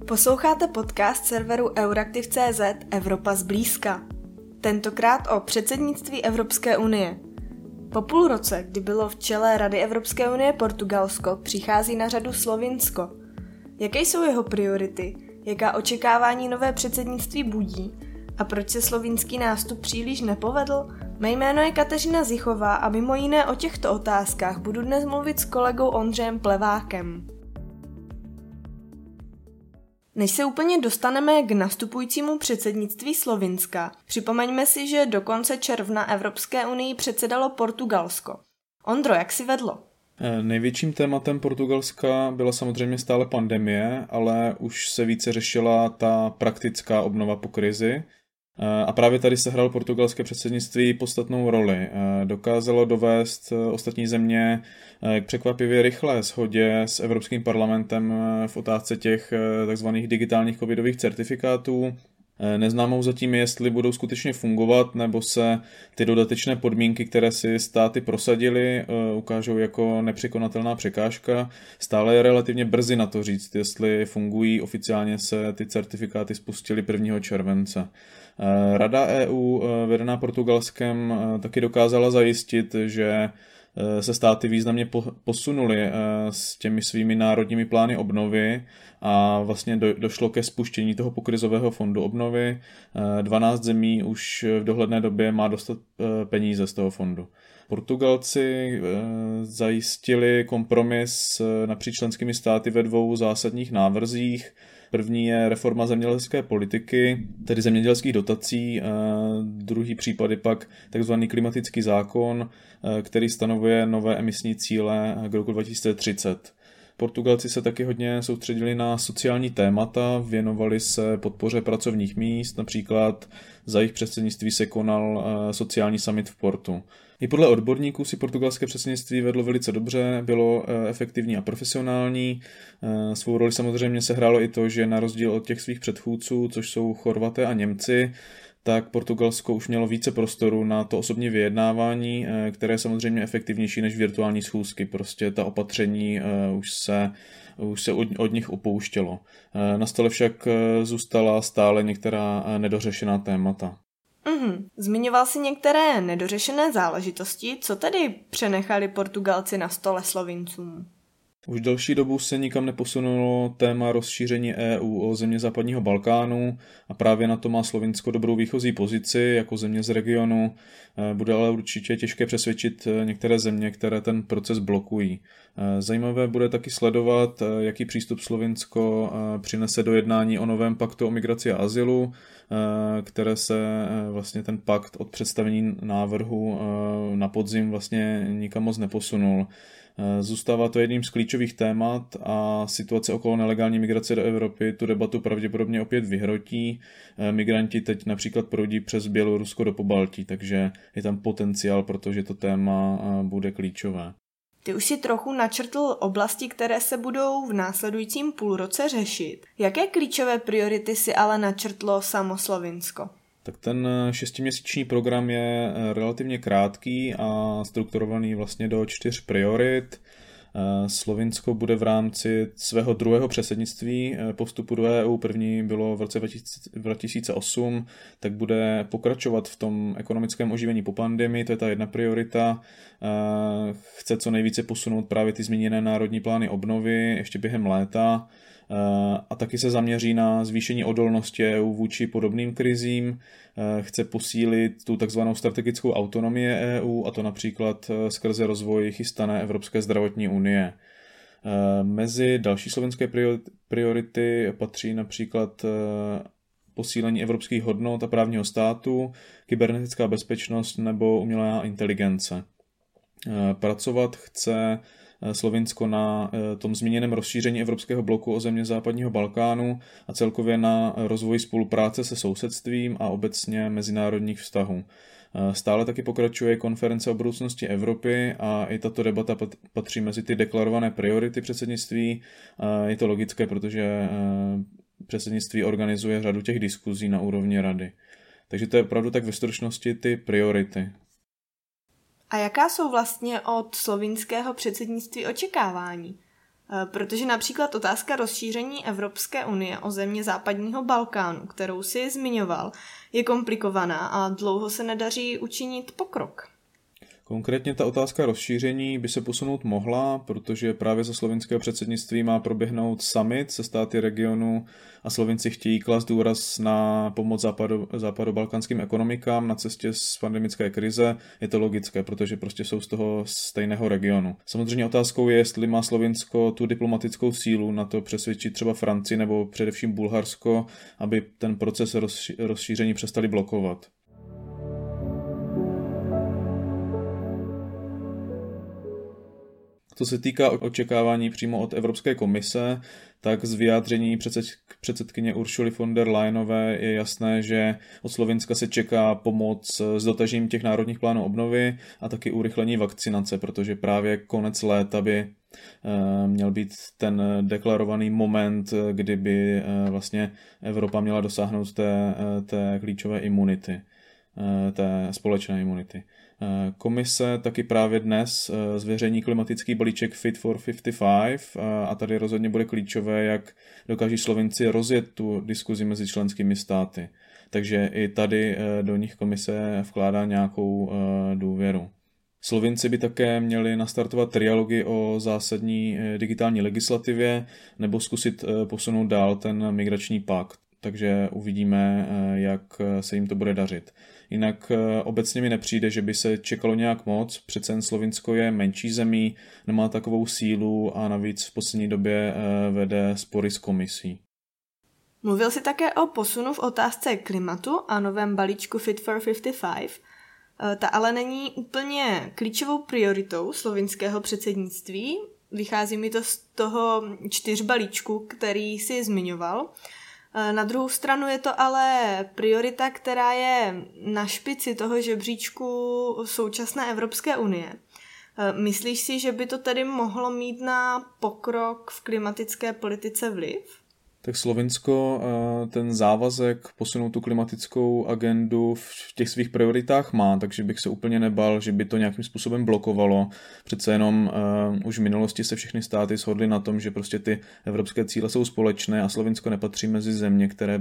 Posloucháte podcast serveru Euraktiv.cz Evropa zblízka. Tentokrát o předsednictví Evropské unie. Po půl roce, kdy bylo v čele Rady Evropské unie Portugalsko, přichází na řadu Slovinsko. Jaké jsou jeho priority, jaká očekávání nové předsednictví budí a proč se slovinský nástup příliš nepovedl? Mé jméno je Kateřina Zichová a mimo jiné o těchto otázkách budu dnes mluvit s kolegou Ondřejem Plevákem. Než se úplně dostaneme k nastupujícímu předsednictví Slovinska, připomeňme si, že do konce června Evropské unii předsedalo Portugalsko. Ondro, jak si vedlo? Největším tématem Portugalska byla samozřejmě stále pandemie, ale už se více řešila ta praktická obnova po krizi. A právě tady sehrál portugalské předsednictví podstatnou roli. Dokázalo dovést ostatní země k překvapivě rychlé shodě s Evropským parlamentem v otázce těch takzvaných digitálních covidových certifikátů. Neznámou zatím je, jestli budou skutečně fungovat, nebo se ty dodatečné podmínky, které si státy prosadily, ukážou jako nepřekonatelná překážka. Stále je relativně brzy na to říct, jestli fungují. Oficiálně se ty certifikáty spustily 1. července. Rada EU, vedená Portugalskem, taky dokázala zajistit, že se státy významně posunuly s těmi svými národními plány obnovy a vlastně došlo ke spuštění toho pokrizového fondu obnovy. 12 zemí už v dohledné době má dostat peníze z toho fondu. Portugalci zajistili kompromis napříč členskými státy ve 2 zásadních návrzích. První je reforma zemědělské politiky, tedy zemědělských dotací, druhý případ je pak takzvaný klimatický zákon, který stanovuje nové emisní cíle k roku 2030. Portugalci se taky hodně soustředili na sociální témata, věnovali se podpoře pracovních míst, například za jejich předsednictví se konal sociální summit v Portu. I podle odborníků si portugalské předsednictví vedlo velice dobře, bylo efektivní a profesionální. Svou roli samozřejmě sehrálo i to, že na rozdíl od těch svých předchůdců, což jsou Chorvaté a Němci, tak Portugalsko už mělo více prostoru na to osobní vyjednávání, které je samozřejmě efektivnější než virtuální schůzky. Prostě ta opatření už se od nich upouštělo. Na stole však zůstala stále některá nedořešená témata. Zmiňoval jsi některé nedořešené záležitosti, co tedy přenechali Portugalci na stole Slovincům? Už delší dobu se nikam neposunulo téma rozšíření EU o země západního Balkánu a právě na to má Slovinsko dobrou výchozí pozici jako země z regionu. Bude ale určitě těžké přesvědčit některé země, které ten proces blokují. Zajímavé bude taky sledovat, jaký přístup Slovinsko přinese do jednání o novém paktu o migraci a azylu, které se vlastně ten pakt od představení návrhu na podzim vlastně nikam moc neposunul. Zůstává to jedním z klíčových témat a situace okolo nelegální migrace do Evropy tu debatu pravděpodobně opět vyhrotí. Migranti teď například proudí přes Bělorusko do Pobaltí, takže je tam potenciál, protože to téma bude klíčové. Ty už si trochu načrtl oblasti, které se budou v následujícím půlroce řešit. Jaké klíčové priority si ale načrtlo samo Slovinsko? Tak ten 6měsíční program je relativně krátký a strukturovaný vlastně do 4 priorit. Slovinsko bude v rámci svého druhého předsednictví po vstupu do EU, první bylo v roce 2008, tak bude pokračovat v tom ekonomickém oživení po pandemii, to je ta jedna priorita. Chce co nejvíce posunout právě ty zmíněné národní plány obnovy ještě během léta. A taky se zaměří na zvýšení odolnosti EU vůči podobným krizím. Chce posílit tu takzvanou strategickou autonomii EU, a to například skrze rozvoj chystané Evropské zdravotní unie. Mezi další slovenské priority patří například posílení evropských hodnot a právního státu, kybernetická bezpečnost nebo umělá inteligence. Pracovat chce Slovinsko na tom zmíněném rozšíření evropského bloku o země západního Balkánu a celkově na rozvoj spolupráce se sousedstvím a obecně mezinárodních vztahů. Stále taky pokračuje konference o budoucnosti Evropy a i tato debata patří mezi ty deklarované priority předsednictví. Je to logické, protože předsednictví organizuje řadu těch diskuzí na úrovni rady. Takže to je opravdu tak ve stručnosti ty priority. A jaká jsou vlastně od slovinského předsednictví očekávání? Protože například otázka rozšíření Evropské unie o země západního Balkánu, kterou si zmiňoval, je komplikovaná a dlouho se nedaří učinit pokrok. Konkrétně ta otázka rozšíření by se posunout mohla, protože právě za slovinského předsednictví má proběhnout summit se státy regionu a Slovinci chtějí klást důraz na pomoc západobalkánským ekonomikám na cestě z pandemické krize. Je to logické, protože prostě jsou z toho stejného regionu. Samozřejmě otázkou je, jestli má Slovinsko tu diplomatickou sílu na to přesvědčit třeba Francii nebo především Bulharsko, aby ten proces rozšíření přestali blokovat. Co se týká očekávání přímo od Evropské komise, tak z vyjádření předsedkyně Uršuly von der Leyenové je jasné, že od Slovinska se čeká pomoc s dotažením těch národních plánů obnovy a taky urychlení vakcinace, protože právě konec léta by měl být ten deklarovaný moment, kdyby vlastně Evropa měla dosáhnout té klíčové imunity, té společné imunity. Komise taky právě dnes zveřejní klimatický balíček Fit for 55 a tady rozhodně bude klíčové, jak dokáží Slovinci rozjet tu diskuzi mezi členskými státy. Takže i tady do nich komise vkládá nějakou důvěru. Slovinci by také měli nastartovat trialogy o zásadní digitální legislativě nebo zkusit posunout dál ten migrační pakt. Takže uvidíme, jak se jim to bude dařit. Jinak obecně mi nepřijde, že by se čekalo nějak moc, přece jen Slovinsko je menší zemí, nemá takovou sílu a navíc v poslední době vede spory s komisí. Mluvil jsi také o posunu v otázce klimatu a novém balíčku Fit for 55. Ta ale není úplně klíčovou prioritou slovinského předsednictví. Vychází mi to z toho 4 balíčku, který jsi zmiňoval. Na druhou stranu je to ale priorita, která je na špici toho žebříčku současné Evropské unie. Myslíš si, že by to tedy mohlo mít na pokrok v klimatické politice vliv? Tak Slovinsko ten závazek posunout tu klimatickou agendu v těch svých prioritách má, takže bych se úplně nebal, že by to nějakým způsobem blokovalo. Přece jenom už v minulosti se všechny státy shodly na tom, že prostě ty evropské cíle jsou společné a Slovinsko nepatří mezi země, které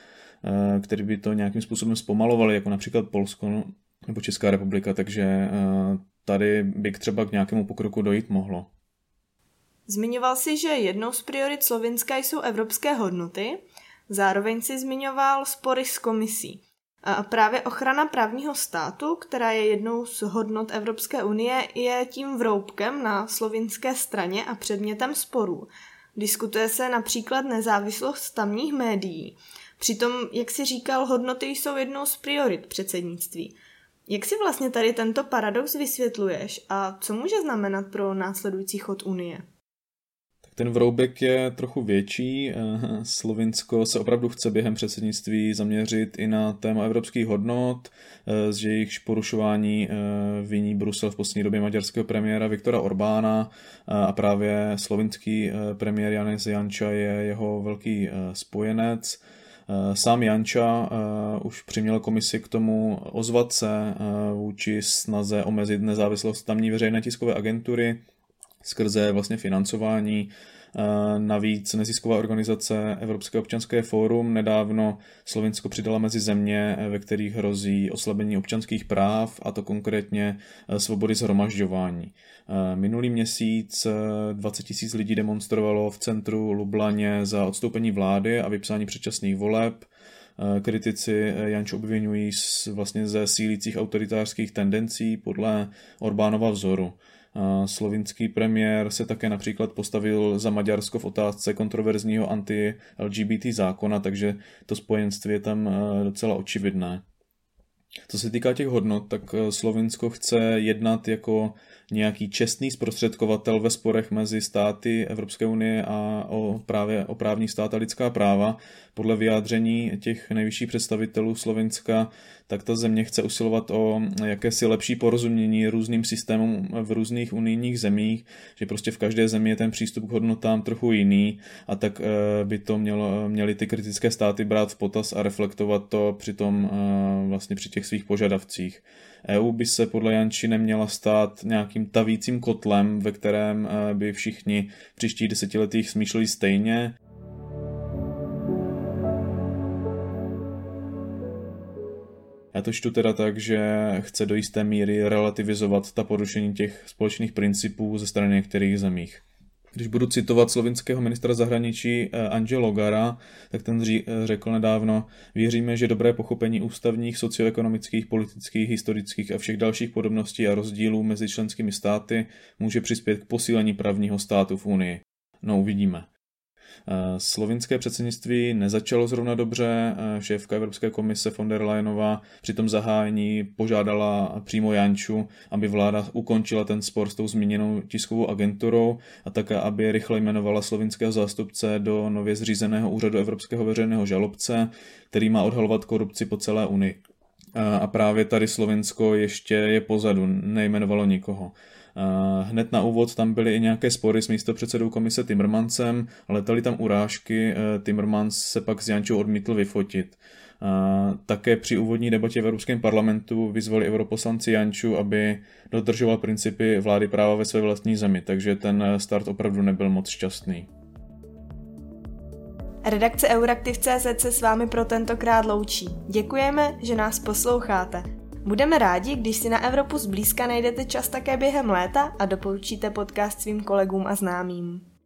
by to nějakým způsobem zpomalovaly, jako například Polsko nebo Česká republika, takže tady by třeba k nějakému pokroku dojít mohlo. Zmiňoval si, že jednou z priorit Slovinska jsou evropské hodnoty, zároveň si zmiňoval spory s komisí. A právě ochrana právního státu, která je jednou z hodnot Evropské unie, je tím vroubkem na slovinské straně a předmětem sporů. Diskutuje se například nezávislost tamních médií. Přitom, jak si říkal, hodnoty jsou jednou z priorit předsednictví. Jak si vlastně tady tento paradox vysvětluješ a co může znamenat pro následující chod Unie? Ten vroubek je trochu větší. Slovinsko se opravdu chce během předsednictví zaměřit i na téma evropských hodnot, z jejichž porušování viní Brusel v poslední době maďarského premiéra Viktora Orbána a právě slovinský premiér Janez Janša je jeho velký spojenec. Sám Janša už přiměl komisi k tomu ozvat se vůči snaze omezit nezávislost tamní veřejné tiskové agentury skrze vlastně financování. Navíc nezisková organizace Evropské občanské fórum nedávno Slovinsko přidala mezi země, ve kterých hrozí oslabení občanských práv, a to konkrétně svobody shromažďování. Minulý měsíc 20 000 lidí demonstrovalo v centru Lublaně za odstoupení vlády a vypsání předčasných voleb. Kritici Janšu obvinují vlastně ze sílících autoritářských tendencí podle Orbánova vzoru. Slovinský premiér se také například postavil za Maďarsko v otázce kontroverzního anti-LGBT zákona, takže to spojenství je tam docela očividné. Co se týká těch hodnot, tak Slovinsko chce jednat jako nějaký čestný zprostředkovatel ve sporech mezi státy Evropské unie a právě o právní stát a lidská práva. Podle vyjádření těch nejvyšších představitelů Slovinska, tak ta země chce usilovat o jakési lepší porozumění různým systémům v různých unijních zemích, že prostě v každé zemi je ten přístup k hodnotám trochu jiný a tak by to měly ty kritické státy brát v potaz a reflektovat to vlastně při těch těch svých požadavcích. EU by se podle Janči neměla stát nějakým tavícím kotlem, ve kterém by všichni v příštích desetiletích smýšleli stejně. Já to čtu teda tak, že chce do jisté míry relativizovat ta porušení těch společných principů ze strany některých zemích. Když budu citovat slovinského ministra zahraničí Anže Logara, tak ten řekl nedávno: věříme, že dobré pochopení ústavních, socioekonomických, politických, historických a všech dalších podobností a rozdílů mezi členskými státy může přispět k posílení právního státu v Unii. No, uvidíme. Slovinské předsednictví nezačalo zrovna dobře, šéfka Evropské komise von der Leyenová při tom zahájení požádala přímo Janču, aby vláda ukončila ten spor s tou zmíněnou tiskovou agenturou a také, aby rychle jmenovala slovinského zástupce do nově zřízeného úřadu Evropského veřejného žalobce, který má odhalovat korupci po celé Unii. A právě tady Slovinsko ještě je pozadu, nejmenovalo nikoho. Hned na úvod tam byly i nějaké spory s místopředsedou komise Timmermansem, letaly tam urážky, Timmermans se pak s Jančou odmítl vyfotit. Také při úvodní debatě v Evropském parlamentu vyzvali europoslanci Janču, aby dodržoval principy vlády práva ve své vlastní zemi, takže ten start opravdu nebyl moc šťastný. Redakce Euraktiv.cz se s vámi pro tentokrát loučí. Děkujeme, že nás posloucháte. Budeme rádi, když si na Evropu zblízka najdete čas také během léta a doporučíte podcast svým kolegům a známým.